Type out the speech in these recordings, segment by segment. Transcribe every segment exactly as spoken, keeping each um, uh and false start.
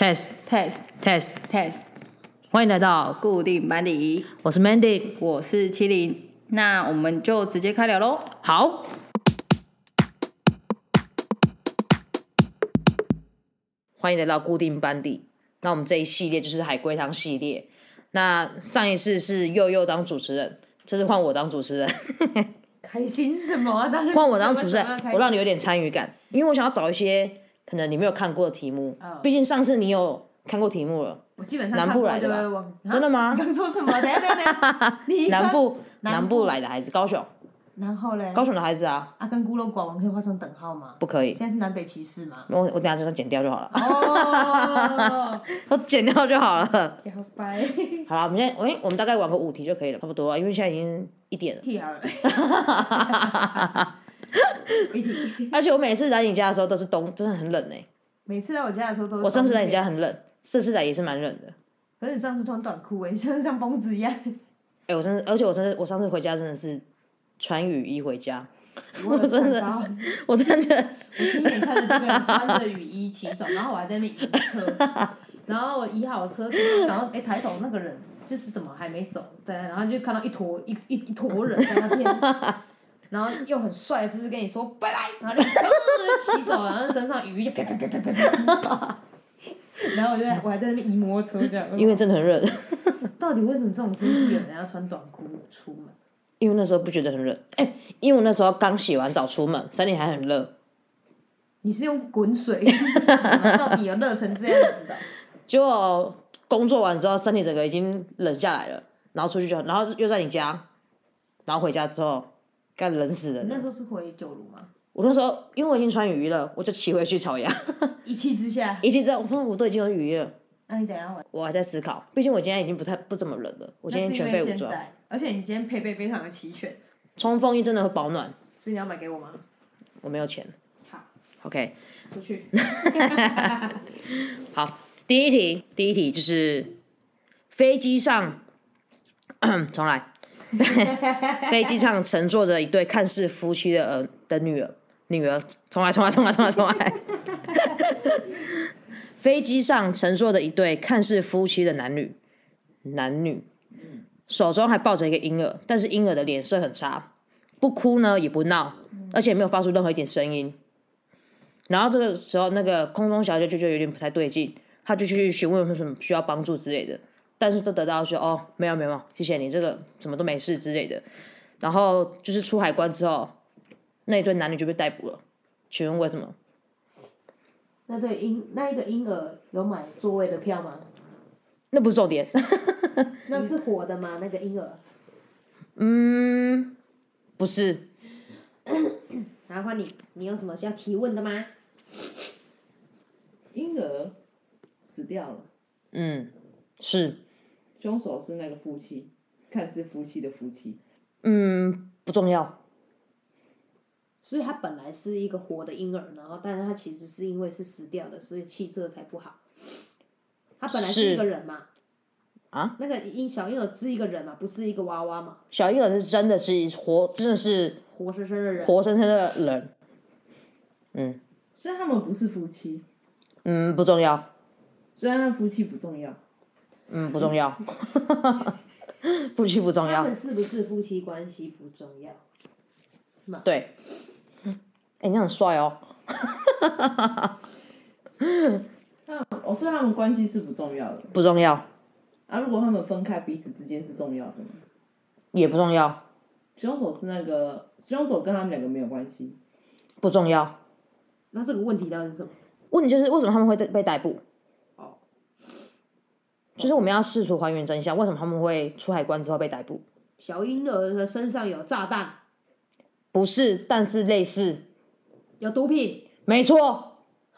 test test test， test， 欢迎来到， 固定班底， 我是 Mandy， 我是麒麟，那我们就直接开聊喽。 好，欢迎来到固定班底。那我们这一系列就是海龟汤系列。那上一次是佑佑当主持人，这次换我当主持人。 开心是什么啊？当然换我当主持人，我让你有点参与感，因为我想要找一些可能你没有看过的题目。 哦毕竟上次你有看过题目了。 我基本上南看过部来的吧就会忘。 真的吗你刚说什么？等一下等一下等一下，你南部南南部来的孩子，高雄然后嘞， 高雄的孩子啊， 啊，跟孤陋寡闻可以画上等号吗？ 不可以。 现在是南北歧视吗？ 我我等一下这个剪掉就好了， 哦， 我剪掉就好了。 要掰， 好了，我们现在我我们大概玩个五题就可以了，差不多啊，因为现在已经一点了。 题好了，一题。 而且我每次来你家的时候都是冬，真的很冷哎、欸。 每次来我家的时候都是。 我上次来你家很冷，这次来也是蛮冷的。 可是你上次穿短裤哎、欸，像像疯子一样。 哎、欸，我真的，而且我真的，我上次回家真的是穿雨衣回家。 我真的，我真的， 我亲眼看着这个人穿着雨衣骑走，然后我还在那边移车，然后我移好车，然后哎、欸、抬头那个人就是怎么还没走，对，然后就看到一坨一一一坨人在那边，然后又很帅，就是跟你说拜拜，然后就骑走，然后身上雨衣就啪啪啪啪啪啪，然后我就我还在那边移摩托车这样， 因为真的很热。 到底为什么这种天气有人要穿短裤出门？ 因为那时候不觉得很热，哎、欸，因为我那时候刚洗完澡出门，山里还很热。 你是用滚水？到底有热成这样子的？ 结果工作完之后，身体整个已经冷下来了，然后出去就，然后又在你家，然后回家之后，该冷死人了。 你那时候是回九如吗？ 我那时候因为我已经穿雨衣了，我就骑回去草芽。 一气之下， 一气之下，我说我都已经有雨衣了。 那你等一下回。 我还在思考，毕竟我今天已经不太不怎么冷了，我今天全副武装。 而且你今天配备非常的齐全。 冲锋衣真的会保暖。 所以你要买给我吗？ 我没有钱。 好 ，OK。 出去。 好，第一题，第一题就是飞机上，重来。飞机上乘坐着一对看似夫妻的儿的女儿，女儿，重来，重来，重来，重来，重来。飞机上乘坐着一对看似夫妻的男女，男女。手中还抱着一个婴儿，但是婴儿的脸色很差，不哭呢也不闹，而且没有发出任何一点声音。然后这个时候，那个空中小姐就觉得有点不太对劲，她就去询问有什么需要帮助之类的，但是都得到说哦没有没有，谢谢你，这个什么都没事之类的。然后就是出海关之后，那一对男女就被逮捕了。请问为什么？ 那对婴那一个婴儿有买座位的票吗？ 那不是重点。 那是活的吗？那个婴儿？ 嗯，不是。 然后你，你有什么需要提问的吗？ 婴儿死掉了。 嗯，是。 凶手是那个夫妻，看似夫妻的夫妻。 嗯，不重要。 所以他本来是一个活的婴儿，然后但是他其实是因为是死掉的，所以气色才不好。他本来是一个人嘛。 啊？ 那个婴小婴儿是一个人嘛，不是一个娃娃嘛？ 小婴儿是真的是活，真的是活生生的人。 活生生的人。嗯。 所以他们不是夫妻。 嗯，不重要。 虽然那夫妻不重要。 嗯，不重要。夫妻不重要。 他们是不是夫妻关系不重要？是吗？ 对。哎、欸，你很帅哦。 哦，所以他们关系是不重要的。 不重要。 啊，如果他们分开，彼此之间是重要的吗？ 也不重要。 凶手是那个凶手跟他们两个没有关系。 不重要。 那这个问题到底是什么？ 问题就是为什么他们会被逮捕？ 哦。 就是我们要试图还原真相，为什么他们会出海关之后被逮捕？ 小婴儿的身上有炸弹。 不是，但是类似。 有毒品。 没错。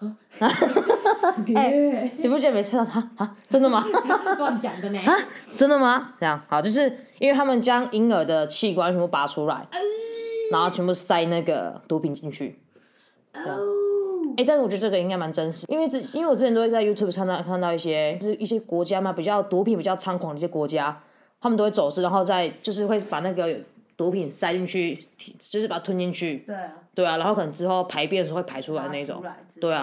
哎、欸， 你不觉得没猜到他啊？真的吗？ 乱讲的呢。 啊，真的吗？这样好，就是因为他们将婴儿的器官全部拔出来，然后全部塞那个毒品进去。这样。哎、欸，但是我觉得这个应该蛮真实，因为之因为我之前都会在 YouTube 看到看到一些就是一些国家嘛，比较毒品比较猖狂的一些国家，他们都会走私，然后再就是会把那个毒品塞进去，就是把它吞进去。 对啊。 对啊，然后可能之后排便的时候会排出来那种。对啊，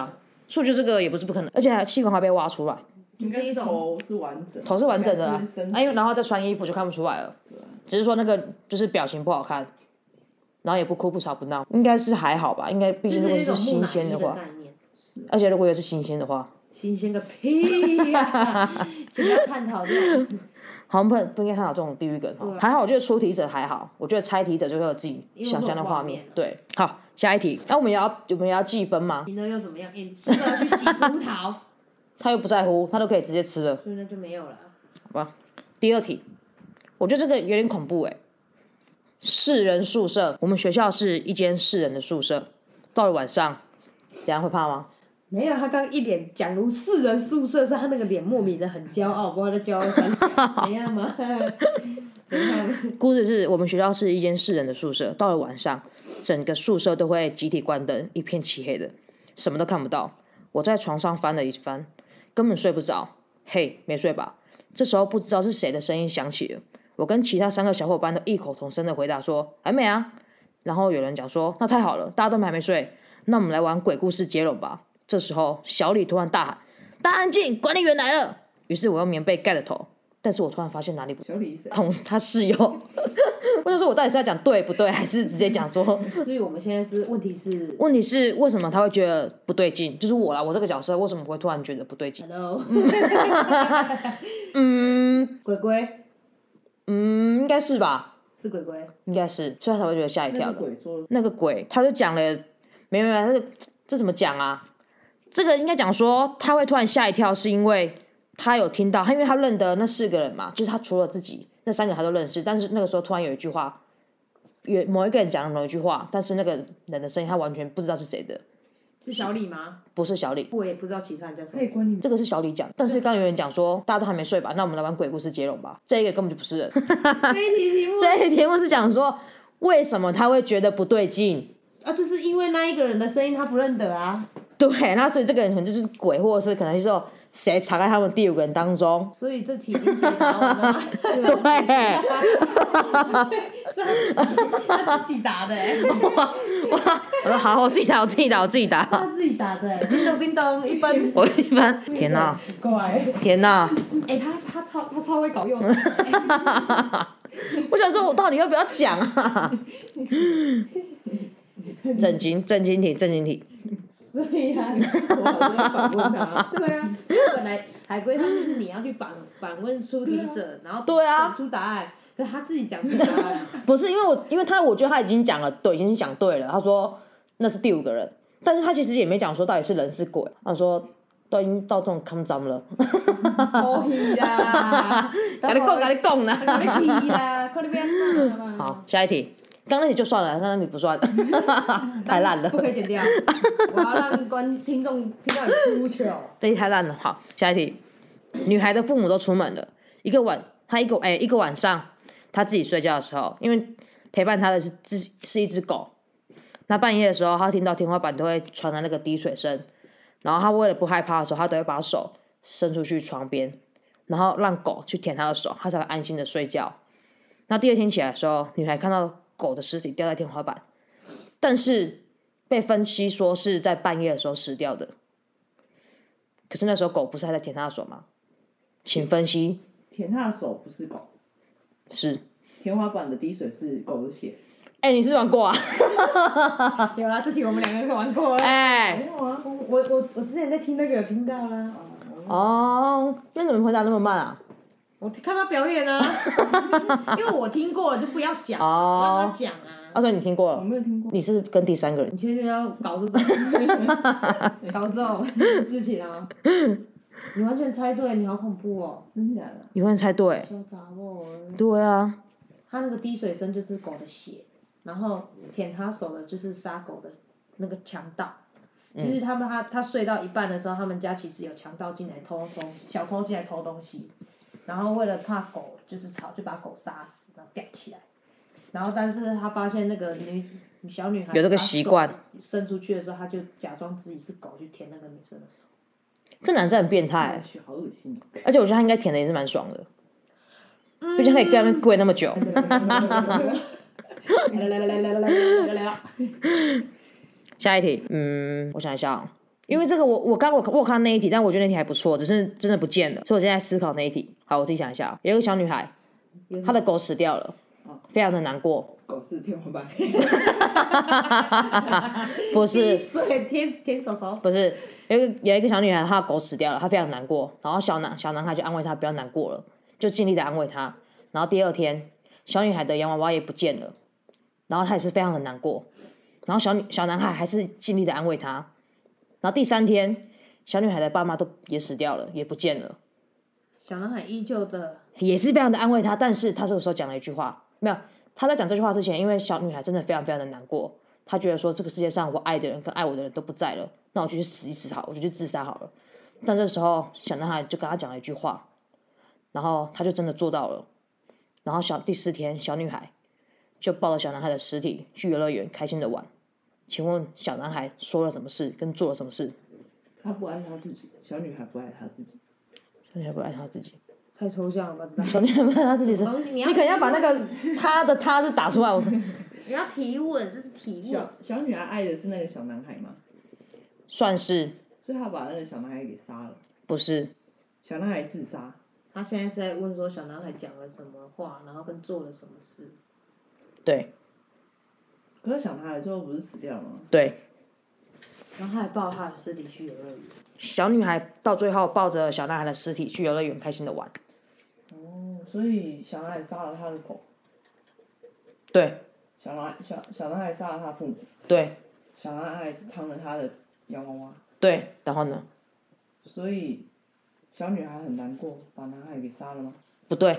所以我觉得这个也不是不可能，而且还有气管还被挖出来， 应该是头是完整， 头是完整的啦， 应该是身体啊，因为然后再穿衣服就看不出来了，只是说那个就是表情不好看，然后也不哭不吵不闹，应该是还好吧，应该毕竟如果是新鲜的话，而且如果又是新鲜的话， 新鲜个屁呀！请不要探讨这种。 好像不不应该探讨这种地狱梗哈，还好，我觉得出题者还好，我觉得猜题者就会有自己想象的画面。对，好，下一题，那我们也要我们也要计分吗？ 你呢又怎么样？哎，是不是要去洗葡萄？ 他又不在乎，他都可以直接吃了。 所以那就没有了。 好吧，第二题，我觉得这个有点恐怖哎。四人宿舍，我们学校是一间四人的宿舍，到了晚上，怎样会怕吗？ 没有，他刚一脸假如四人宿舍是他那个脸莫名的很骄傲，不知道在骄傲三小，怎样吗？怎样？ 故事是我们学校是一间四人的宿舍，到了晚上，整个宿舍都会集体关灯，一片漆黑的，什么都看不到。我在床上翻了一翻，根本睡不着。嘿，没睡吧？这时候不知道是谁的声音响起了，我跟其他三个小伙伴都异口同声的回答说还没啊。然后有人讲说那太好了，大家都还没睡，那我们来玩鬼故事接龙吧。这时候小李突然大喊大家安静，管理员来了。于是我用棉被盖着头，但是我突然发现哪里不小李是谁？ 同他室友我就说我到底是要讲对不对，还是直接讲说所以我们现在是问题是问题是为什么他会觉得不对劲，就是我啦，我这个角色为什么会突然觉得不对劲。 Hello 嗯鬼鬼嗯，应该是吧， 是鬼鬼， 应该是，所以他才会觉得吓一跳的。 那个鬼说那个鬼他就讲了，没有没有，那个这怎么讲啊？这个应该讲说他会突然吓一跳，是因为他有听到，他因为他认得那四个人嘛，就是他除了自己那三个他都认识，但是那个时候突然有一句话，有某一个人讲了某一句话，但是那个人的声音他完全不知道是谁的， 是小李吗？ 不是小李， 我也不知道其他人叫什么。 可以管理这个是小李讲，但是刚刚有人讲说大家都还没睡吧，那我们来玩鬼故事接龙吧，这一个根本就不是人。 这一题题目这一题题目是讲说为什么他会觉得不对劲。 啊，就是因为那一个人的声音他不认得啊， 对，那所以这个人可能就是鬼，或者是可能就是说谁藏在他们第五个人当中。 所以这题已经解答完了。 对， 是他自己他自己答的哎、欸， 我说好，我自己答，我自己答，我自己答。 他自己答的哎、欸，叮咚叮咚一分。 我一般，天哪， 奇怪， 天哪！ 哎、欸，他他超他超会搞用的、欸。 我想说，我到底要不要讲啊？正经正经题，正经题。 所以啊， 我好像要反问他。 对啊，本来海龟他们是你要去反反问出题者，然后对啊讲出答案，可他自己讲出答案。 不是因为我，因为他我觉得他已经讲了对，已经讲对了。他说那是第五个人，但是他其实也没讲说到底是人是鬼。他说都已经到这种看脏了。 可以啦， 跟你讲，跟你讲啦。 可以啦，快点不要闹了。 好，下一题。刚那题就算了，刚那题不算，太烂了。 不可以剪掉，我要让观听众听到你出糗。 那题太烂了。好，下一题。女孩的父母都出门了，一个晚，她一个哎、欸、一个晚上，她自己睡觉的时候，因为陪伴她的是是是一只狗。那半夜的时候，她听到天花板都会传来那个滴水声，然后她为了不害怕的时候，她都会把手伸出去床边，然后让狗去舔她的手，她才会安心的睡觉。那第二天起来的时候，女孩看到狗的尸体掉在天花板，但是被分析说是在半夜的时候死掉的。可是那时候狗不是还在舔她的手吗？请分析。 舔他的手不是狗， 是天花板的滴水是狗的血。 哎、欸，你是玩过啊？ 有啦，这题我们两个都玩过了。 哎、 欸，我我我我之前在听那个有听到啦。 哦，那怎么回答那么慢啊？ 我看他表演啊，因为我听过了就不要讲， 哦、 让他讲啊。 啊，所以你听过了？ 我没有听过。 你是跟第三个人？ 你确定要搞这种搞这种事情啊？你完全猜对，你好恐怖哦！ 真的假的？ 你完全猜对。 小杂货。 对啊。 他那个滴水声就是狗的血，然后舔他手的就是杀狗的那个强盗。就是他们他他睡到一半的时候，他们家其实有强盗进来偷东西，小偷进来偷东西，然后为了怕狗就是吵，就把狗杀死，然后吊起来。然后但是他发现那个女小女孩有这个习惯， 伸出去的时候，他就假装自己是狗去舔那个女生的手。 这男生很变态、 血好恶心。 而且我觉得他应该舔的也是蛮爽的，毕竟可以跟他们跪那么久。 来来来来来来来来来。 下一题，嗯，我想一下， 因为这个我我刚我我有看那一题，但我觉得那题还不错，只是真的不见了，所以我现在思考那一题。好，我自己想一下，有一个小女孩，她的狗死掉了，非常的难过。 狗是天花板。 不是， 水天天手手。 不是，有一个有一个小女孩，她的狗死掉了，她非常难过，然后小男小男孩就安慰她不要难过了，就尽力的安慰她。然后第二天，小女孩的洋娃娃也不见了，然后她也是非常的难过，然后小女小男孩还是尽力的安慰她。然后第三天，小女孩的爸妈都也死掉了，也不见了。 小男孩依旧的， 也是非常的安慰她，但是她这个时候讲了一句话，没有，她在讲这句话之前，因为小女孩真的非常非常的难过，她觉得说这个世界上我爱的人跟爱我的人都不在了，那我就去死一死好，我就去自杀好了。但这时候小男孩就跟她讲了一句话，然后她就真的做到了。然后小第四天，小女孩就抱着小男孩的尸体去游乐园开心的玩。请问小男孩说了什么事，跟做了什么事？ 他不爱他自己，小女孩不爱他自己。 小女孩不爱他自己， 太抽象了吧？知道？ 小女孩不爱他自己是， 东西你要你可能要把那个他的他是打出来。我你要提问，这是提问。 小小女孩爱的是那个小男孩吗？ 算是， 所以他把那个小男孩给杀了。 不是， 小男孩自杀。 他现在是在问说小男孩讲了什么话，然后跟做了什么事。 对。 可是小男孩最后不是死掉了吗？ 对。 然后他还抱他的尸体去游乐园。 小女孩到最后抱着小男孩的尸体去游乐园开心的玩。 哦，所以小男孩杀了他的狗。 对。 小男小小男孩杀了他父母。 对。 小男孩藏了他的洋娃娃。 对，然后呢？ 所以小女孩很难过，把男孩给杀了吗？ 不对。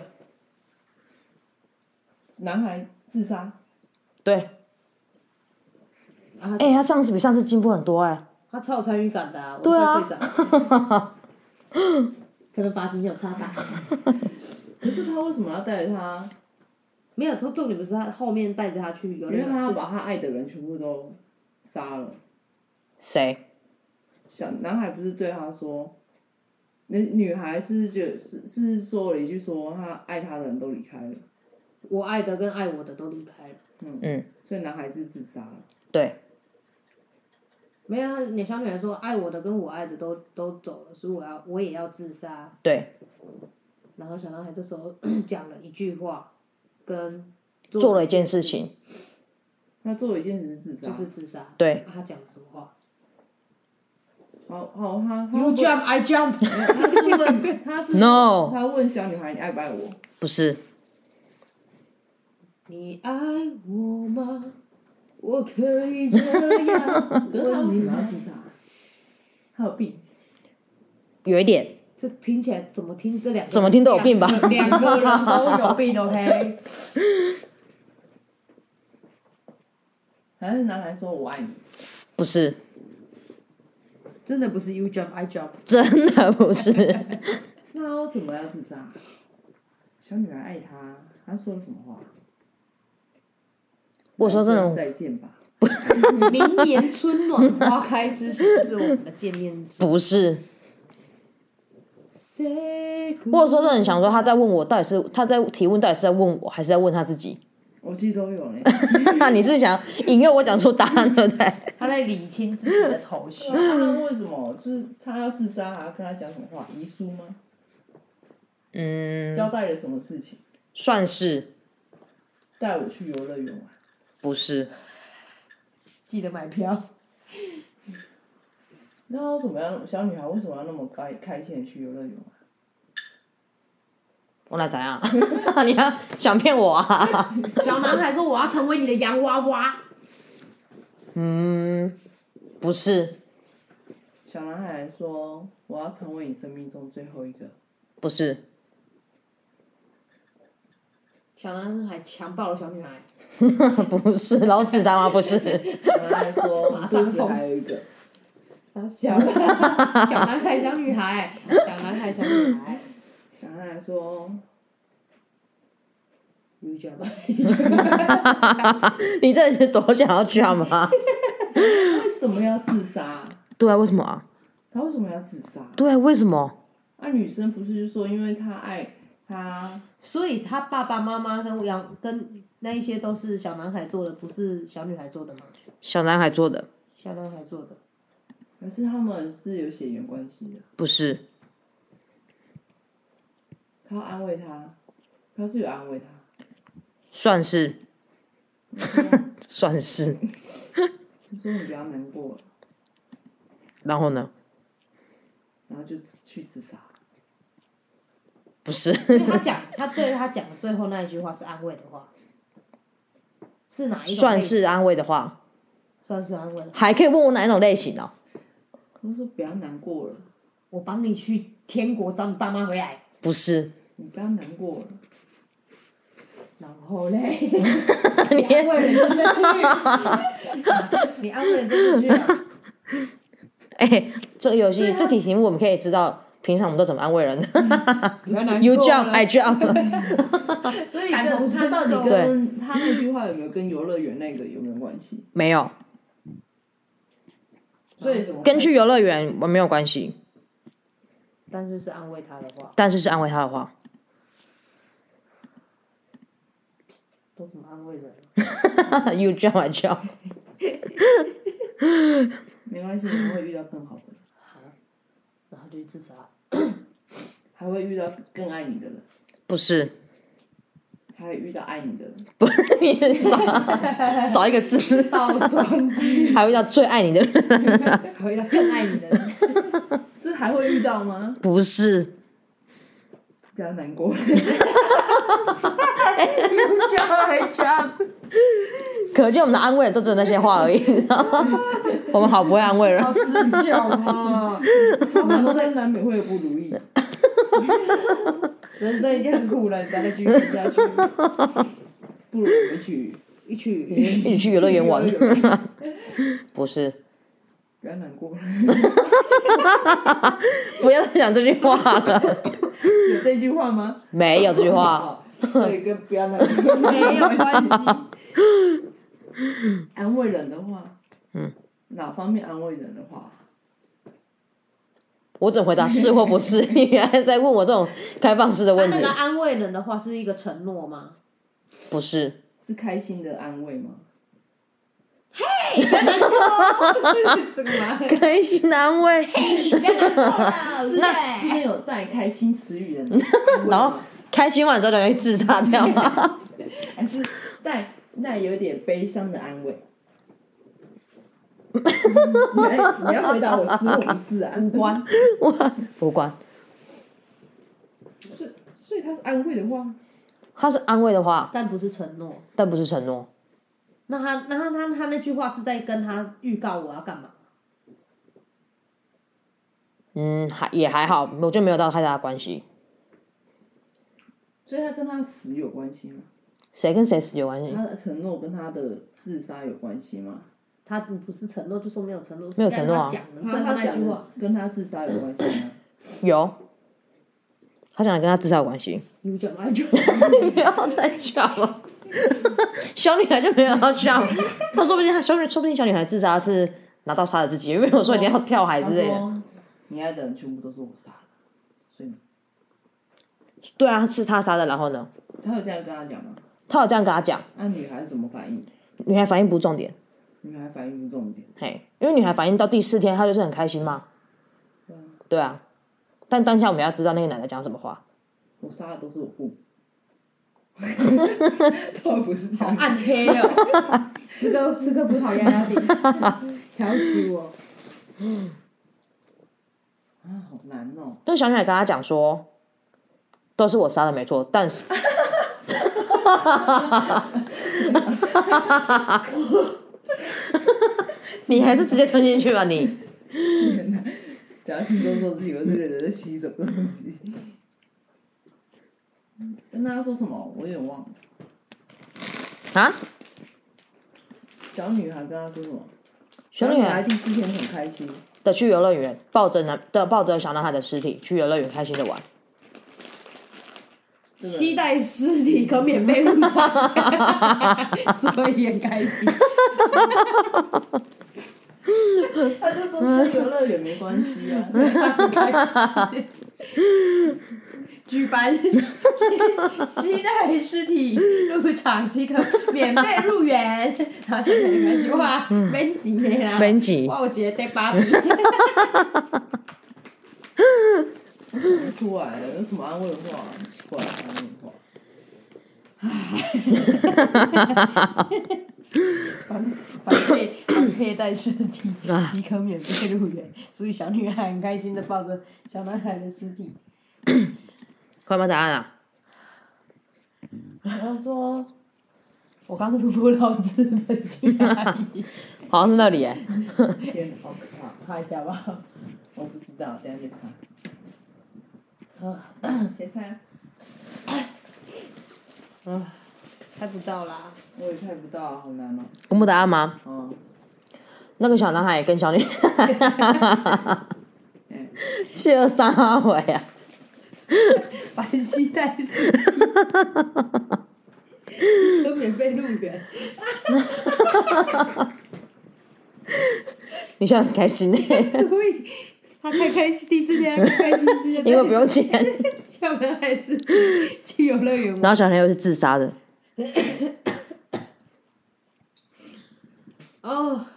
男孩自杀。 对。哎、欸，他上次比上次进步很多哎、欸。 他超有参与感的啊！ 对啊。 我会睡着。可能发型有差大。 可是他为什么要带着他？ 没有，重重点不是他后面带着他去游乐园， 因为他要把他爱的人全部都杀了。 谁？ 小男孩不是对他说，那女孩是觉是是说了一句说他爱他的人都离开了。 我爱的跟爱我的都离开了。 嗯。 嗯。 所以男孩子自杀了。 对。 没有，他小女孩说爱我的跟我爱的都都走了，所以我要我也要自杀。 对。 然后小男孩这时候讲了一句话，跟做了一件事情。 他做了一件事是自杀。 就是自杀。 对。 他讲了什么话？ 好好，他他 You jump, I jump。 他是问，他是 No。 他问小女孩你爱不爱我？ 不是。 你爱我吗？我可以这样。 可是他为什么要自杀？他有病。 有一点。 这听起来怎么听这两个？ 怎么听都有病吧？ 两个人都有病 ，OK。 还是男孩说我爱你？ 不是。 真的不是 You jump, I jump。 真的不是。 那他为什么要自杀？小女孩爱他，他说了什么话？ 我说这种再见吧。 明年春暖花开之时是我们的见面日。 不是。我有时候真的很想说，他在问我到底是他在提问，到底是在问我还是在问他自己？ 我其实都有嘞。 你是想引诱我讲出答案，对不对？ 他在理清自己的头绪。 他为什么就是他要自杀，还要跟他讲什么话？遗书吗？ 嗯。 交代了什么事情？ 算是。 带我去游乐园玩。 不是。 记得买票。 那为什么要小女孩为什么要那么开开心的去游乐园玩？ 我哪怎样？你要想骗我啊？ 小男孩说：“我要成为你的洋娃娃。” 嗯，不是。 小男孩说：“我要成为你生命中最后一个。” 不是。 小男孩强暴了小女孩。 不是，然后自杀吗？不是。 小男孩说：“ 马上疯。” 还有一个。 小小男孩、小女孩，小男孩、小女孩。 小男孩说：“ 你觉得？” 你真的是多想要去好吗？ 为什么要自杀？ 对啊，为什么啊？ 他为什么要自杀？ 对啊，为什么？ 那、啊、女生不是就说，因为她爱他， 所以他爸爸妈妈跟杨跟那一些都是小男孩做的，不是小女孩做的吗？ 小男孩做的。 小男孩做的。 可是他们是有血缘关系的。 不是， 他要安慰他，他是有安慰他。 算是，算是。 你说你不要难过了， 然后呢？ 然后就去自杀。 不是。 所以他讲，他对他讲的最后那一句话是安慰的话，是哪一种？ 算是安慰的话。 算是安慰的话。 还可以问我哪一种类型哦？ 我说不要难过了。 我帮你去天国找你爸妈回来。 不是。 你不要难过了。 然后嘞，你安慰人生再去，你安慰人生再去。 哎、欸，这个游戏、啊、这题题目我们可以知道，平常我们都怎么安慰人的。You jump, I jump 。 所以跟他到底跟他那句话有没有跟游乐园那个有没有关系？ 没有。 所以什么？ 跟去游乐园我没有关系。 但是是安慰他的话。 但是是安慰他的话。 都怎么安慰人 ？You jump, I jump。 没关系，你会遇到更好的。 好，然后就去自杀。 还会遇到更爱你的人。 不是。 还会遇到爱你的人。 不是，你少少一个字。 倒装句。 还会遇到最爱你的人。 还会遇到更爱你的人。 是还会遇到吗？ 不是。 不要难过了。 You jump, I jump。 可见我们的安慰都只有那些话而已，你知道吗？我们好不会安慰人。 好智巧啊！ 他们都在难免会有不如意。 人生已经很苦了，你不要再继续下去。 不如我们去一起一起去游乐园玩。不是。 不要难过了。 不要再讲这句话了。 有这句话吗？ 没有这句话。 所以跟不要难过没有关系。 安慰人的话， 嗯， 哪方面安慰人的话？ 我怎么回答是或不是？你原来在问我这种开放式的问题。 那个安慰人的话是一个承诺吗？ 不是。 是开心的安慰吗？ 嘿，不要难过。这个吗？ 开心的安慰。 嘿，不要难过了。 那是那种带开心词语的。 然后开心完之后就去自杀，这样吗？ 还是带带有点悲伤的安慰？你来，你要回答我是或不是啊？ 无关。 无关。 所以，所以他是安慰的话。 他是安慰的话， 但不是承诺。 但不是承诺。 那他，那他，他，他那句话是在跟他预告我要干嘛？ 嗯，还也还好，我觉得没有到太大的关系。 所以他跟他死有关系吗？ 谁跟谁死有关系？ 他的承诺跟他的自杀有关系吗？ 他不是承诺就说没有承诺， 没有承诺啊。 他他讲的跟他自杀有关系吗？ 有。他讲的跟他自杀有关系。 You jump, I jump。 不要再讲了。小女孩就没有要讲，他说不定他小女，说不定小女孩自杀是拿刀杀了自己，因为我说一定要跳海之类的。 你爱的人全部都是我杀的，所以。 对啊，是他杀的，然后呢？ 他有这样跟他讲吗？ 他有这样跟他讲。 那女孩怎么反应？ 女孩反应不是重点。 女孩反应不是重点。 嘿，因为女孩反应到第四天，她就是很开心嘛。 对啊。 对啊，但当下我们要知道那个男的讲什么话。 我杀的都是我父母。倒不是这样。 暗黑哦。吃个吃个葡萄压压惊。挑起我。 嗯。啊，好难哦。 那小女孩跟他讲说，都是我杀的没错，但是。你还是直接吞进去吧你。 等下听众说自己以为这个人在吸什么东西。跟他说什么？我有点忘了。 啊？ 小女孩跟他说什么？ 小女孩第四天很开心的去游乐园，抱着男的抱着小男孩的尸体去游乐园开心的玩。 期待尸体可免费入场，所以很开心。 他就说跟游乐园没关系啊， 很开心。 举办携带尸体入场即可免费入园，然后小女孩就哇，免钱的啦， 免钱我有一个第八名。 想不出来了，有什么安慰话？奇怪，安慰话。 反反佩反佩戴尸体即可免费入园，所以小女孩很开心的抱着小男孩的尸体。 快把答案啊！ 然后说，我刚出老资本去哪里？ 好像是那里哎。 天哪，好可怕！ 查一下吧。 我不知道，等一下先查。先猜啊！ 啊，猜不到啦。 我也猜不到，好难哦。 公布答案吗？ 哦。 那个小男孩跟小女孩， 嗯。 去了三回啊！ 白期待尸体，都免费入园。 你笑得很开心呢。 所以他开开心，第四天开开心心的， 因为不用钱。 小男孩是去游乐园玩。 然后小男孩又是自杀的。 哦。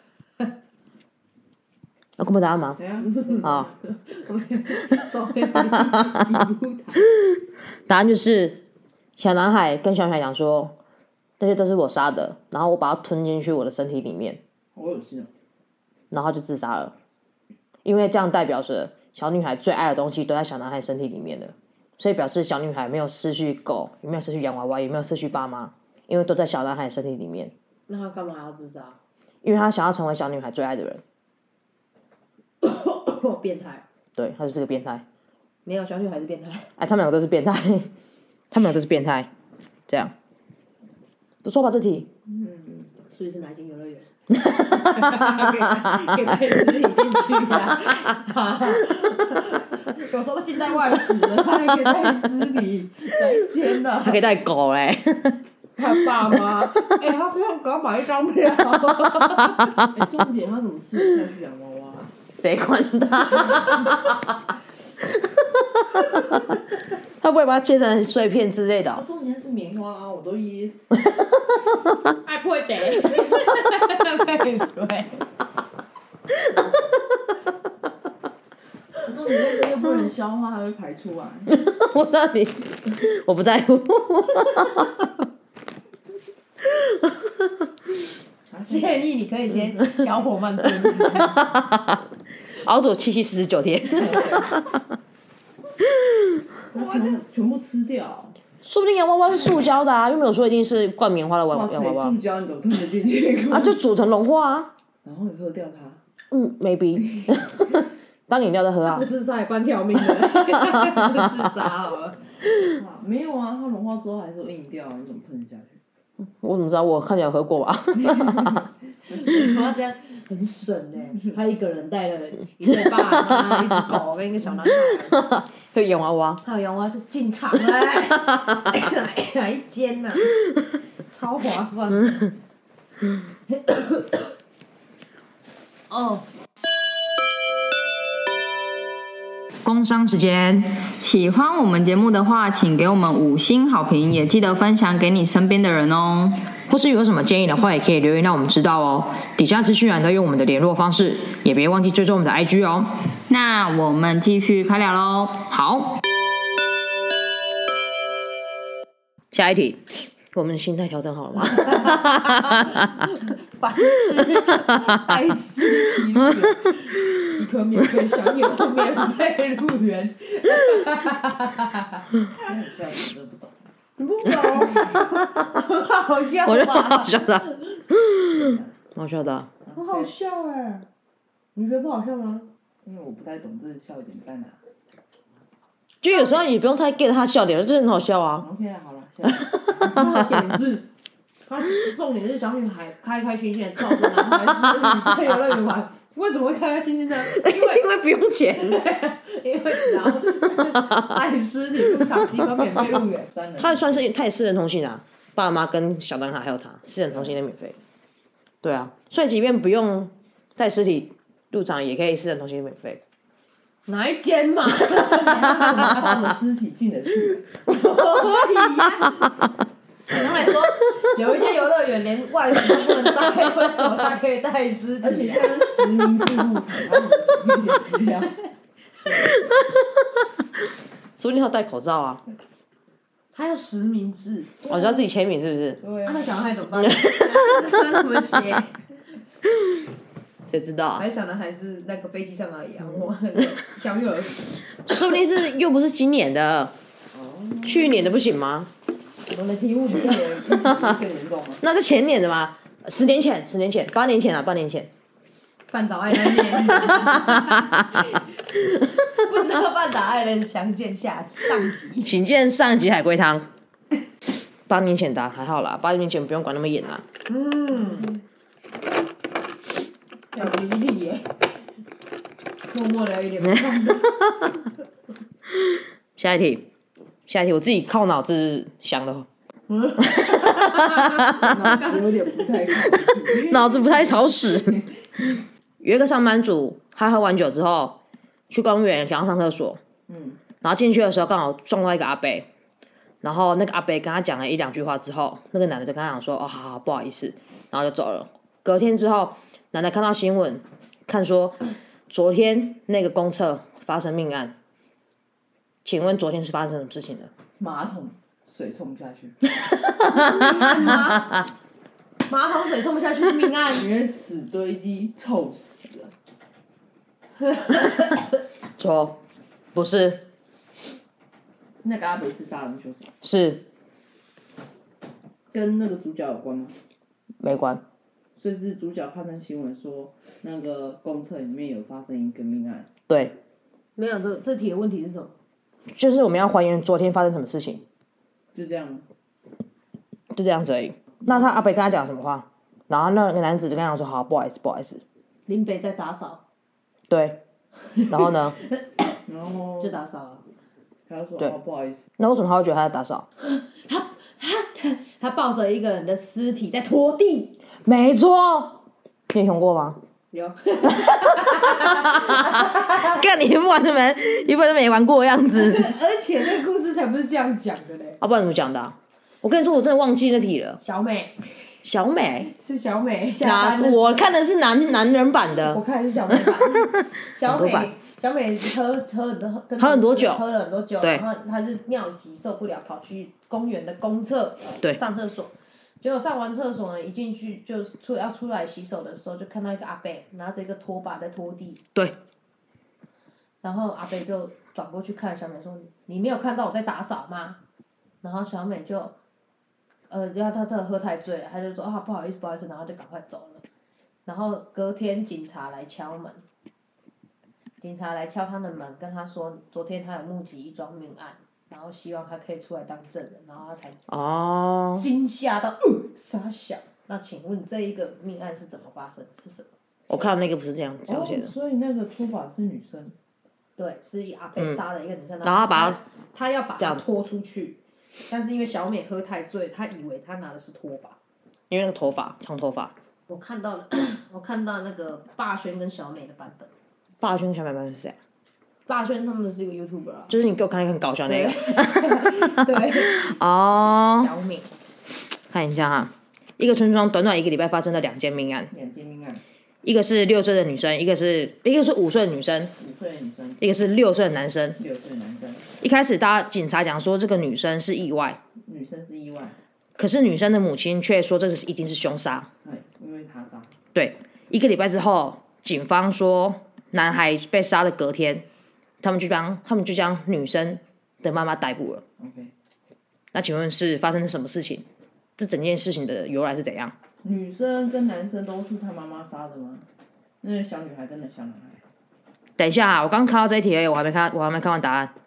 要公布答案吗？ 对啊。 好。 手给你记录他。 答案就是小男孩跟小女孩讲说，那些都是我杀的，然后我把它吞进去我的身体里面， 好恶心哦。 然后就自杀了。因为这样代表着小女孩最爱的东西都在小男孩身体里面的，所以表示小女孩没有失去狗，也没有失去洋娃娃，也没有失去爸妈，因为都在小男孩身体里面。 那他干嘛要自杀？ 因为他想要成为小女孩最爱的人。 变态。 对，他就是个变态。 没有，小女孩是变态。 哎，他们两个都是变态，他们两个都是变态，这样不错吧？这题。 嗯，所以是哪一间游乐园？可以带尸体进去呀！有时候都近代外史了，他还可以带尸体，哪一间呢？ 他可以带狗嘞。 他爸妈，哎、欸，他不要给他买一张票。哎、欸，重点他怎么吃得下去洋娃娃？ 谁管他？他不会把它切成碎片之类的、哦。 重点是棉花啊，我都噎死。 哎，不会的。对对。 重点那个又不能消化，还会排出来。 我知道你，我不在乎。 建议你可以先小火慢炖， 熬煮七七四十九天。 哇，这全部吃掉。 说不定洋娃娃是塑胶的啊，又没有说一定是灌棉花的洋哇塞， 娃娃。 塑胶你怎么吞得进去？ 啊，就煮成融化啊。 然后你喝掉它。 嗯 ，maybe 。当饮料在喝啊。 不是杀关条命的，是自杀好了。 没有啊，它融化之后还是会硬掉，你怎么吞得下去？ 我怎么知道？我看起来有喝过吧。 他这样很省哎，他一个人带了一对爸妈、一只狗跟一个小男孩， 还有洋娃娃。 还有洋娃娃就进场嘞，哪一间呐？超划算。哦。 工商时间， 喜欢我们节目的话，请给我们五星好评，也记得分享给你身边的人哦。 或是有什么建议的话，也可以留言让我们知道哦。底下资讯栏都有我们的联络方式，也别忘记追踪我们的 I G 哦。 那我们继续开聊喽。 好，下一题，我们的心态调整好了吗？ 白痴体入园，即可免费享有免费入园。 很笑，我真的不懂。 你不懂？很好笑吧？ 我觉得好笑的，好笑的。 很好笑哎，你觉得不好笑吗？ 因为我不太懂这个笑点在哪。 就有时候也不用太 get 他笑点，就是很好笑啊。 OK 啊，好了，下重点是，他重点是小女孩开开心心的抱着男孩去游乐园玩，为什么会开开心心的？因为因为不用钱。 因为只要带尸体入场即可免费入园。 他算是他也私人通信啊，爸妈跟小男孩还有他私人通信的免费。对啊，所以即便不用带尸体入场，也可以私人通信免费。 哪一间嘛？ 把我们尸体进得去。 可以呀。然后还说，有一些游乐园连外食都不能带，为什么他可以带尸体？ 而且现在是实名制入场，然后我们写资料。 说不定要戴口罩啊。 还有实名制， 我就要自己签名是不是？ 对啊。 那小孩怎么办？他怎么写？ 谁知道啊？ 还想的还是那个飞机上而已啊，我那个小幼儿。 说不定是又不是今年的，去年的不行吗？ 我们的题目比较有更严重吗？ 那是前年的吗？十年前，十年前，八年前啊，八年前。 半岛爱人恋，不知道半岛爱人详见下上集。 请见上集海龟汤。八年前的、啊、还好啦，八年前不用管那么严啦。 嗯，有离离耶，默默的有一点下一题，下一题，我自己靠脑子想的， 有点不太靠谱。 脑子不太好使。有一个上班族，他喝完酒之后去公园想要上厕所， 嗯， 然后进去的时候刚好撞到一个阿伯，然后那个阿伯跟他讲了一两句话之后，那个男的就跟他讲说：“哦，好好，不好意思。”然后就走了。隔天之后，男的看到新闻，看说昨天那个公厕发生命案，请问昨天是发生什么事情呢？ 马桶水冲不下去。 马桶水冲不下去是命案， 因为屎堆积臭死了。 错，不是， 那个阿北是杀人凶手， 是跟那个主角有关吗？ 没关。 所以是主角看到新闻说，那个公厕里面有发生一个命案。 对， 没有这这题的问题是什么？ 就是我们要还原昨天发生什么事情， 就这样。 就这样子而已。那他阿北跟他讲什么话？然后那个男子就跟他讲说：“好，不好意思，不好意思。” 林北在打扫， 对，然后呢？ 然后就打扫了。 他就说：“ 对哦，不好意思。” 那为什么他会觉得他在打扫？ 他抱着一个人的尸体在拖地。 没错，你有听过吗？ 有。 干你玩的没，一般都没玩过的样子。 而且那个故事才不是这样讲的嘞。 啊，不然怎么讲的、啊？我跟你说，我真的忘记那题了。 小美小美是小美下哪班的？ 我看的是男男人版我的。 看的是小美版。小很多版美小美喝喝很多跟喝很多酒喝了很多酒， 对然后她就尿急受不了，跑去公园的公厕对上厕所。结果上完厕所呢，一进去就出要出来洗手的时候，就看到一个阿伯拿着一个拖把在拖地。 对。 然后阿伯就转过去看小美说：“你没有看到我在打扫吗？”然后小美就，呃，因为她真的喝太醉了，她就说：“啊，不好意思，不好意思。”然后就赶快走了。然后隔天警察来敲门，警察来敲他的门，跟他说昨天他有目击一桩命案，然后希望他可以出来当证人，然后他才哦。 惊吓到，呃，傻小。那请问这一个命案是怎么发生？是什么？ 我看到那个不是这样这样写哦， 的。 所以那个拖把是女生。 对，是一阿伯杀了一个女生， 然后他把他他要把这样她拖出去，但是因为小美喝太醉，他以为他拿的是拖把。 因为那个头发长头发。 我看到了，我看到那个霸轩跟小美的版本。 霸轩小美版是谁？ 霸轩他们是一个 YouTuber 啊。 就是你给我看一个很搞笑那个。 对。 哦。 小美。 看一下哈，一个村庄短短一个礼拜发生了两件命案。 两件命案。 一个是六岁的女生，一个是一个是五岁的女生， 五岁的女生， 一个是六岁的男生。 六岁的男生。 一开始大家警察讲说这个女生是意外， 女生是意外， 可是女生的母亲却说这个是一定是凶杀。 哎，是因为他杀。 对，一个礼拜之后，警方说男孩被杀的隔天，他们就将他们就将女生的妈妈逮捕了。 OK。 那请问是发生了什么事情？这整件事情的由来是怎样？ 女生跟男生都是他妈妈杀的吗？那个小女孩跟那小男孩。 等一下、啊，我刚看到这一题而已，我还没看，我还没看完答案。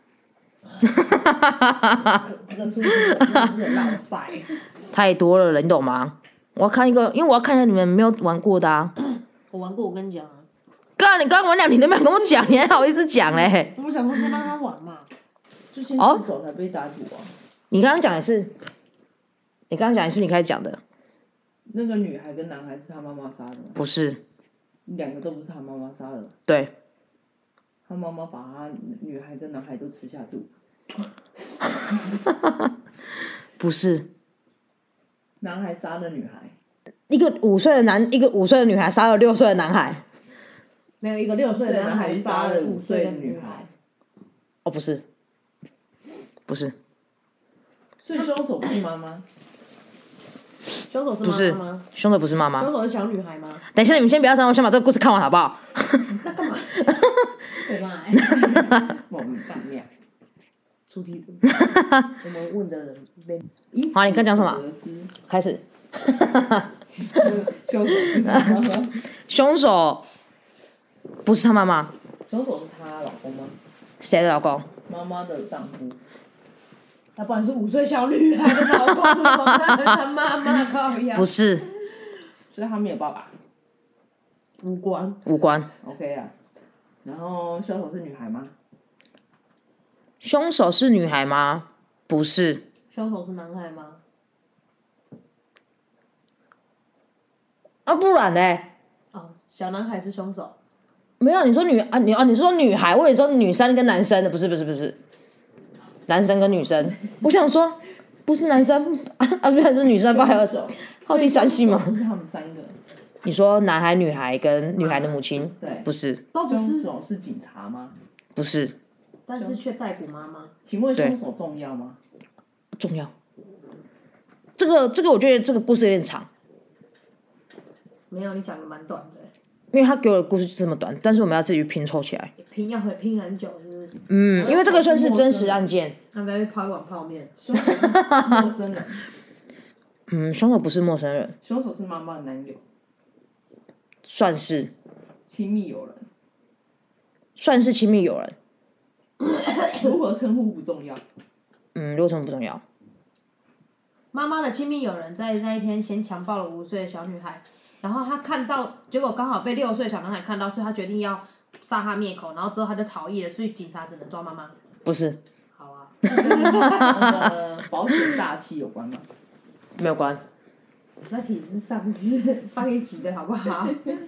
这个出题真的是很老塞。 太多了，你懂吗？我要看一个，因为我要看一下你们没有玩过的啊。 我玩过，我跟你讲啊。 刚你刚玩两题都没有跟我讲，你还好意思讲嘞？ 我想说先让他玩嘛。 就先自首才被逮捕啊。 你刚刚讲的是，你刚刚讲的是你开始讲的。 那个女孩跟男孩是他妈妈杀的吗？ 不是。 两个都不是他妈妈杀的。 对。 他妈妈把他女孩跟男孩都吃下肚。 不是， 男孩杀了女孩。 一个五岁的男，一个五岁的女孩杀了六岁的男孩。 没有一个六岁的男孩杀了五岁的女孩。 孩。 哦，不是，不是。 所以凶手不是妈妈。 凶手是不是妈妈吗？ 凶手不是妈妈。 凶手是小女孩吗？ 等一下，你们先不要上，我先把这个故事看完好不好？ 那干嘛？对吧？ 莫名其妙。 出题，我们问的人被。 好，你刚讲什么？开始。 凶手是他妈妈。 凶手不是他妈妈。 凶手是他老公吗？ 谁的老公？ 妈妈的丈夫。 他不然是五岁小女孩的老公，他妈妈靠呀。 不是。 所以他没有爸爸。 无关。 无关。 OK 啊。然后凶手是女孩吗？ 凶手是女孩吗？不是。 凶手是男孩吗？ 啊，不然嘞？ 哦，小男孩是凶手。 没有，你说女啊，你啊，你说女孩，我也说女生跟男生的，不是不是不是，男生跟女生。我想说，不是男生啊啊，不然是女生，不还有还有第三性吗？ 不是他们三个。 你说男孩、女孩跟女孩的母亲， 对， 不是。 都不是。 凶手是警察吗？ 不是。 但是却逮捕妈妈。 请问凶手重要吗？ 重要。这个这个，我觉得这个故事有点长。 没有，你讲的蛮短的。 因为他给我的故事就这么短，但是我们要自己去拼凑起来。 拼要会拼很久，是不是？ 嗯，因为这个算是真实案件。 那不要去泡一碗泡面。 凶手是陌生人。 嗯，凶手不是陌生人。 凶手是妈妈的男友。 算是。 亲密友人。 算是亲密友人。 如何称呼不重要。 嗯，如何称呼不重要。 妈妈的亲密友人在那一天先强暴了五岁的小女孩。然后他看到，结果刚好被六岁小男孩看到，所以他决定要杀他灭口。然后之后他就逃逸了，所以警察只能抓妈妈。 不是。 好啊。 跟保险诈欺有关吗？ 没有关。 那题是上次上一集的好不好？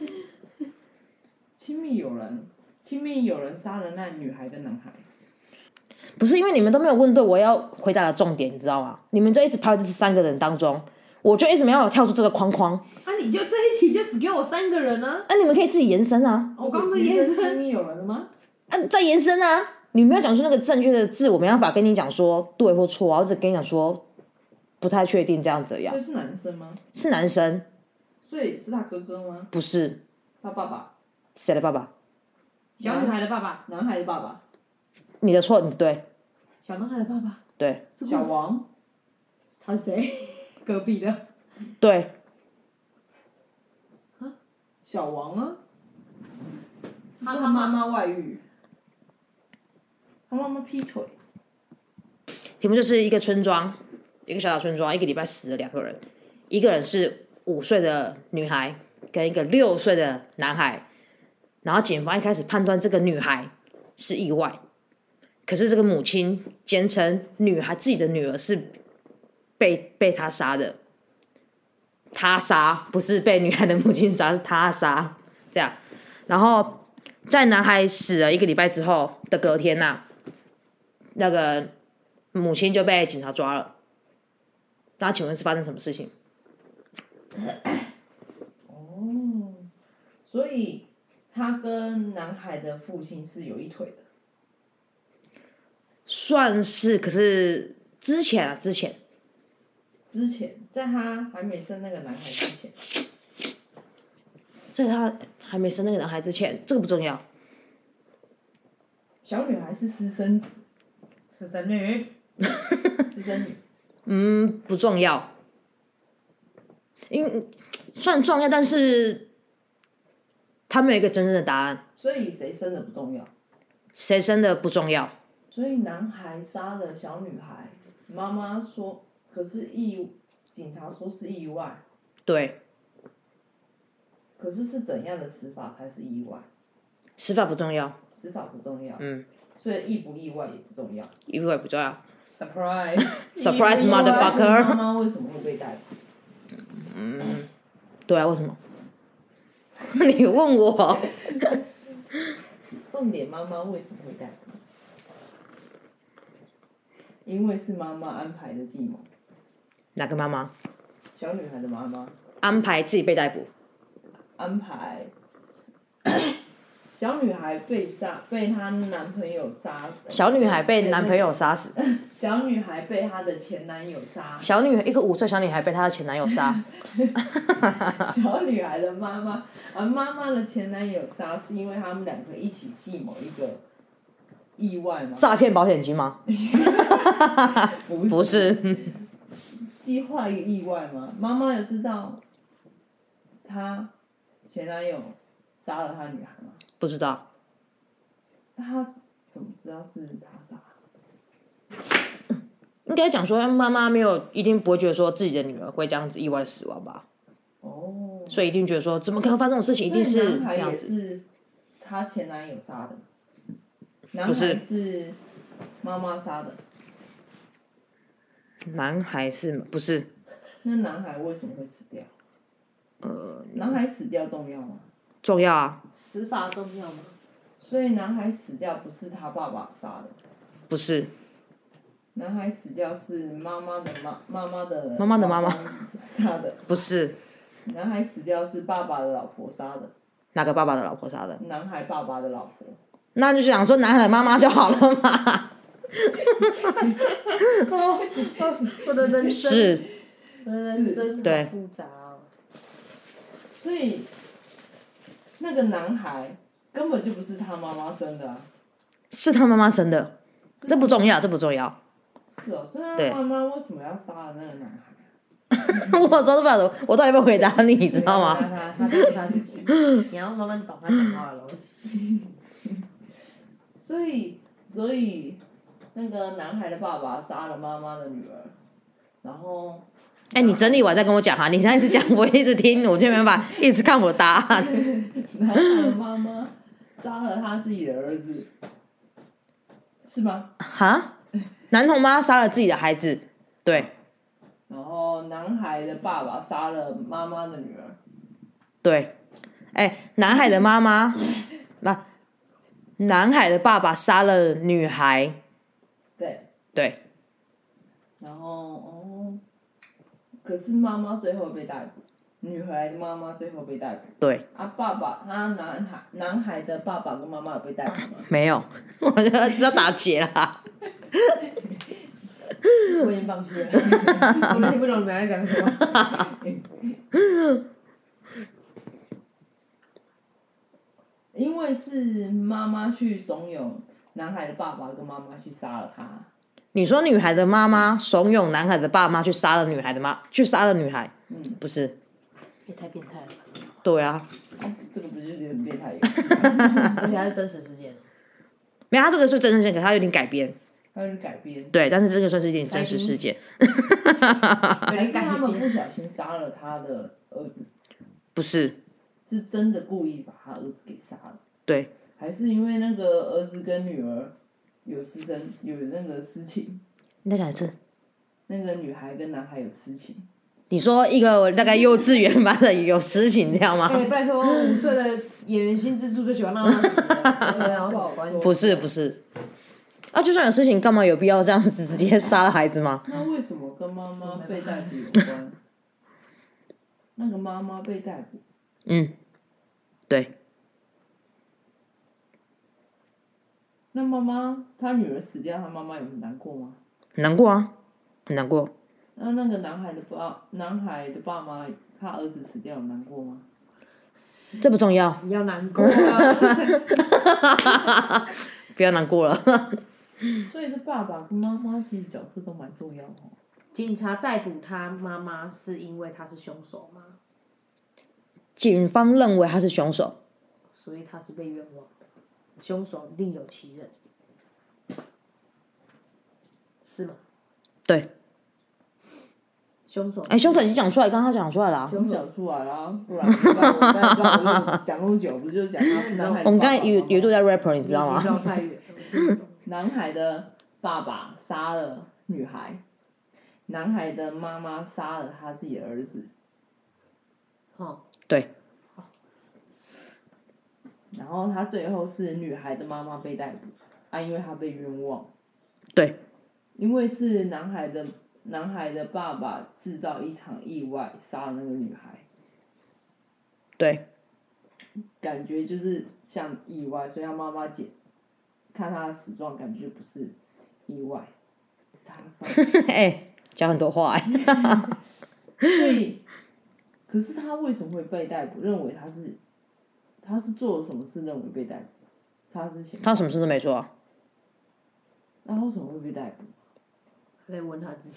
亲密友人，亲密友人杀了那女孩跟男孩。 不是因为你们都没有问对我要回答的重点，你知道吗？你们就一直抛在这三个人当中。我就一直没有跳出这个框框。 啊！你就这一题就只给我三个人啊！ 啊，你们可以自己延伸啊。 我刚不是延伸亲密友人了吗？ 啊，再延伸啊！你没有讲出那个正确的字，我没办法跟你讲说对或错啊，我只跟你讲说不太确定这样子样。 所以是男生吗？ 是男生。 所以是他哥哥吗？ 不是。 他爸爸。 谁的爸爸？ 小女孩的爸爸。 男孩的爸爸。 你的错，你的对。 小男孩的爸爸。 对。 小王。 他是谁？隔壁的。 对。 啊，小王啊。他他妈妈外遇。他妈妈劈腿。 题目就是一个村庄，一个小小村庄，一个礼拜死了两个人，一个人是五岁的女孩，跟一个六岁的男孩。然后警方一开始判断这个女孩是意外，可是这个母亲坚称女孩自己的女儿是被被他杀的，他杀不是被女孩的母亲杀，是他杀这样。然后在男孩死了一个礼拜之后的隔天呐、啊，那个母亲就被警察抓了。那请问是发生什么事情？ 哦，所以他跟男孩的父亲是有一腿的。 算是，可是之前啊，之前， 之前在他还没生那个男孩之前， 在他还没生那个男孩之前，这个不重要。 小女孩是私生子， 私生女， 私生女。 嗯，不重要，因算重要，但是他没有一个真正的答案。 所以谁生的不重要。 谁生的不重要。 所以男孩杀了小女孩，妈妈说，可是意，警察说是意外。 对。 可是是怎样的死法才是意外？ 死法不重要。 死法不重要。 嗯。 所以意不意外也不重要。 意外不重要。 surprise surprise motherfucker。 妈妈为什么会被逮捕？ 嗯，对啊，为什么？你问我。 重重点，妈妈为什么会逮捕？因为是妈妈安排的计谋。 哪个妈妈？ 小女孩的妈妈安排自己被逮捕？ 安排小女孩被杀，被她男朋友杀死。 小女孩被男朋友杀死。 小女孩被她的前男友杀。 小女一个五岁小女孩被她的前男友杀。 小女孩的妈妈，而妈妈的前男友杀，是因为他们两个一起计谋一个意外吗？ 诈骗保险金吗？ 不是。 不是。 计划一个意外吗？妈妈有知道她前男友杀了她女孩吗？ 不知道。 那她怎么知道是她杀？ 应该讲说，妈妈没有一定不会觉得说自己的女儿会这样子意外的死亡吧？ 哦。 所以一定觉得说，怎么可能发生这种事情？一定是这样子。 男孩也是她前男友杀的。男孩是妈妈杀的。 男孩是不是？ 那男孩为什么会死掉？呃，男孩死掉重要吗？ 重要啊。 死法重要吗？ 所以男孩死掉不是他爸爸杀的。 不是。 男孩死掉是妈妈的妈妈妈的妈妈的妈妈杀的。 不是。 男孩死掉是爸爸的老婆杀的。 哪个爸爸的老婆杀的？ 男孩爸爸的老婆。 那就想说男孩的妈妈就好了嘛。 我的人生， 是， 我的人生好复杂哦。 所以，那个男孩根本就不是他妈妈生的啊。 是他妈妈生的，这不重要，这不重要。 是哦，所以他妈妈为什么要杀了那个男孩？ 我说都不晓得，我到底要不要回答你，你知道吗？ 他他他对他自己，你要慢慢懂他讲话的逻辑。 所以，所以。那个男孩的爸爸杀了妈妈的女儿，然后。 哎、欸，你整理完再跟我讲哈！你现在一直讲，我一直听，我就没办法一直看我的答案。 男孩的妈妈杀了他自己的儿子，是吗？ 哈？男童妈杀了自己的孩子，对。 然后男孩的爸爸杀了妈妈的女儿， 对。哎、欸，男孩的妈妈，那男孩的爸爸杀了女孩。 对。 对。 然后哦，可是妈妈最后被逮捕，女孩的妈妈最后被逮捕。 对。 啊，爸爸，他男孩男孩的爸爸跟妈妈有被逮捕吗？ 没有，我就知道打结啦。 我已经放弃了，我听不懂你在讲什么。 因为是妈妈去怂恿男孩的爸爸跟妈妈去杀了他。 你说女孩的妈妈怂恿男孩的爸妈去杀了女孩的妈，去杀了女孩？ 嗯， 不是。 也太变态了吧。 对啊。 啊，这个不就是很变态？ 而且还是真实事件。 没有，他这个是真实事件，可是他有点改编。 他有点改编。 对，但是这个算是一点真实事件。 还是他们不小心杀了他的儿子？ 不是。 是真的故意把他儿子给杀了。 对。 还是因为那个儿子跟女儿有私生，有那个私情？ 你再讲一次。 那个女孩跟男孩有私情。 你说一个大概幼稚园班的有私情，这样吗？ 哎、欸，拜托，五岁的演员新之助最喜欢让他死了，对啊，有什么关系？ 不是不是。啊，就算有事情，干嘛有必要这样子直接杀了孩子吗？ 那为什么跟妈妈被逮捕有关？那个妈妈被逮捕。 嗯，对。 那妈妈，她女儿死掉，她妈妈有很难过吗？ 很难过啊，很难过。 那那个男孩的爸，男孩的爸妈，他儿子死掉，有难过吗？ 这不重要。 你要难过啊！ 不要难过了。 所以这爸爸跟妈妈其实角色都蛮重要的。 警察逮捕他妈妈是因为他是凶手吗？ 警方认为他是凶手， 所以他是被冤枉的，凶手另有其人，是吗？ 对。 凶手， 哎，凶手已经讲出来，刚刚他讲出来了、啊。 凶手讲出来了，不然不然我刚才让我讲那么久，不就是讲他男孩？ 我们刚才有有度在 rapper， 你知道吗？ 绕太远了。 男孩的爸爸杀了女孩，男孩的妈妈杀了他自己的儿子。 哦。 对。 然后他最后是女孩的妈妈被逮捕，啊，因为他被冤枉。 对。 因为是男孩的男孩的爸爸制造一场意外杀了那个女孩。 对。 感觉就是像意外，所以他妈妈检看他的死状，感觉就不是意外，是他杀。 哎，讲很多话哎。 所以，可是他为什么会被逮捕？认为他是他是做了什么事认为被逮捕？他是嫌他什么事都没做啊。 那他为什么会被逮捕？ 可以问他自己。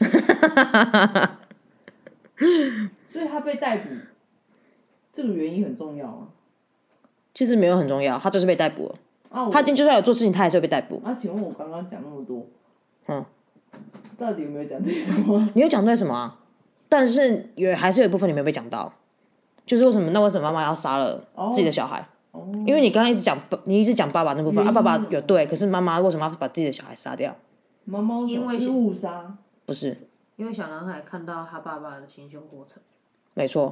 所以他被逮捕，这个原因很重要吗？ 其实没有很重要，他就是被逮捕了。 啊， 他今天就算有做事情，他还是会被逮捕。 啊，请问我刚刚讲那么多， 嗯， 到底有没有讲对什么？ 你有讲对什么啊？但是有还是有一部分你没有被讲到，就是为什么那为什么妈妈要杀了自己的小孩？ 哦， 因为你刚刚一直讲，你一直讲爸爸那部分啊，爸爸有对，可是妈妈为什么要把自己的小孩杀掉？ 妈妈因为是误杀， 不是， 因为小男孩看到他爸爸的行凶过程。 没错。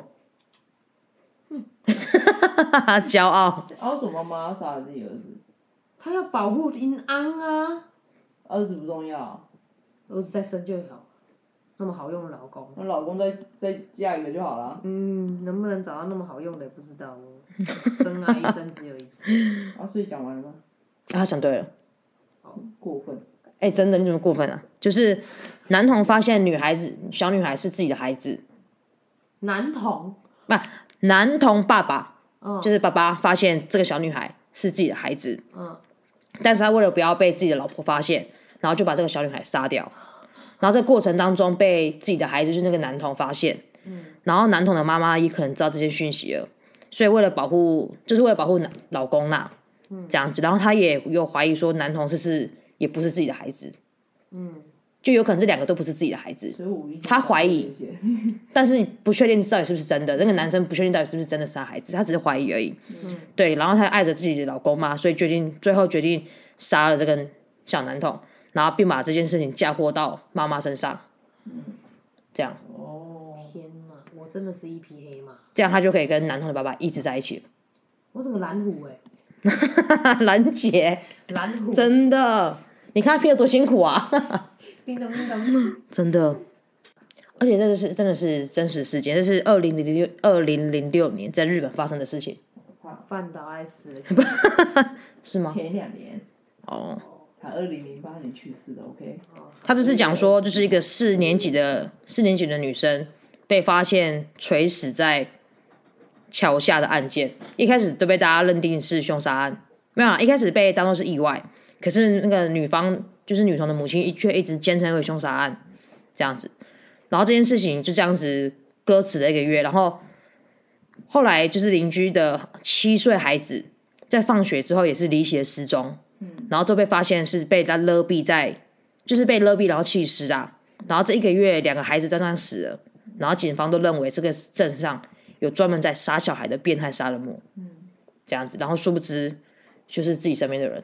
骄傲。 啊，为什么妈妈要杀了自己儿子？ 他要保护林安啊， 儿子不重要， 儿子再生就好，那么好用的老公。 那老公再再嫁一个就好了。 嗯，能不能找到那么好用的也不知道哦。真爱一生只有一次。 啊，所以讲完了吗？ 啊，他讲对了。 过分。 哎、欸，真的，你怎么过分啊？就是男童发现女孩子小女孩是自己的孩子， 男童不，男童爸爸， 嗯， 就是爸爸发现这个小女孩是自己的孩子， 嗯， 但是他为了不要被自己的老婆发现，然后就把这个小女孩杀掉，然后在过程当中被自己的孩子就是那个男童发现，嗯，然后男童的妈妈也可能知道这些讯息了，所以为了保护，就是为了保护老公呐，嗯，这样子，然后他也有怀疑说男童是是也不是自己的孩子，嗯，就有可能这两个都不是自己的孩子，他怀疑，但是不确定到底是不是真的。那个男生不确定到底是不是真的是他孩子，他只是怀疑而已。嗯，对，然后他爱着自己的老公嘛，所以决定最后决定杀了这个小男童，然后并把这件事情嫁祸到妈妈身上。嗯，这样。 哦， 天哪，我真的是一匹黑马。 这样他就可以跟男童的爸爸一直在一起了。 我整个蓝虎哎、 欸，兰姐， 蓝虎， 真的。你看他拼得多辛苦啊！ 叮咚叮咚， 真的，而且这是真的是真实事件，这是二零零六二零零六年在日本发生的事情。 范岛爱死了， 是吗？ 前两年。 哦。 他二零零八年去世的 ，OK。 他就是讲说，就是一个四年级的四年级的女生被发现垂死在桥下的案件，一开始都被大家认定是凶杀案，没有啦，一开始被当作是意外。可是那个女方就是女童的母亲，却一直坚称为凶杀案，这样子。然后这件事情就这样子搁置了一个月，然后后来就是邻居的七岁孩子在放学之后也是离奇的失踪，嗯，然后就被发现是被他勒毙在，就是被勒毙然后弃尸啊。然后这一个月两个孩子就这样死了，然后警方都认为这个镇上有专门在杀小孩的变态杀人魔，嗯，这样子。然后殊不知就是自己身边的人。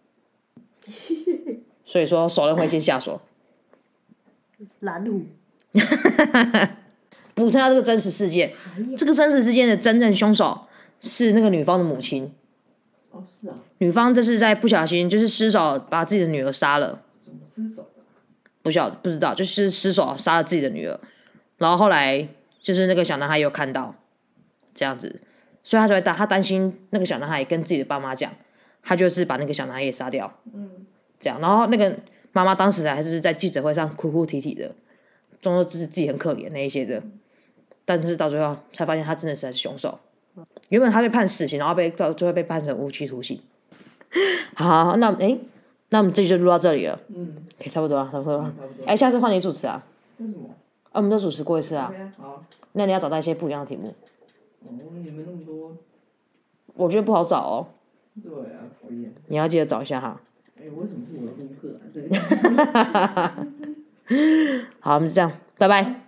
所以说，手人会先下手。 蓝虎。 补充到这个真实事件，这个真实事件的真正凶手是那个女方的母亲。 哦，是啊。 女方这是在不小心就是失手把自己的女儿杀了。 怎么失手的？ 不晓不知道，就是失手杀了自己的女儿，然后后来就是那个小男孩有看到这样子，所以他才会担他担心那个小男孩跟自己的爸妈讲。他就是把那个小男孩也杀掉，嗯，这样，然后那个妈妈当时还是在记者会上哭哭啼啼的，装作自己很可怜那一些的，但是到最后才发现他真的是凶手。原本他被判死刑，然后被到最后被判成无期徒刑。好, 好，那哎，那我们这集就录到这里了，嗯，可以差不多了，差不多了。哎，下次换你主持啊？ 为什么？ 啊，我们都主持过一次啊。 Okay, 好。 那你要找到一些不一样的题目。 哦，你们那么多。 我觉得不好找哦。 对啊，讨厌。 你要记得找一下哈。 哎、欸，为什么是我的功课啊？对。 好，我们就这样，拜拜。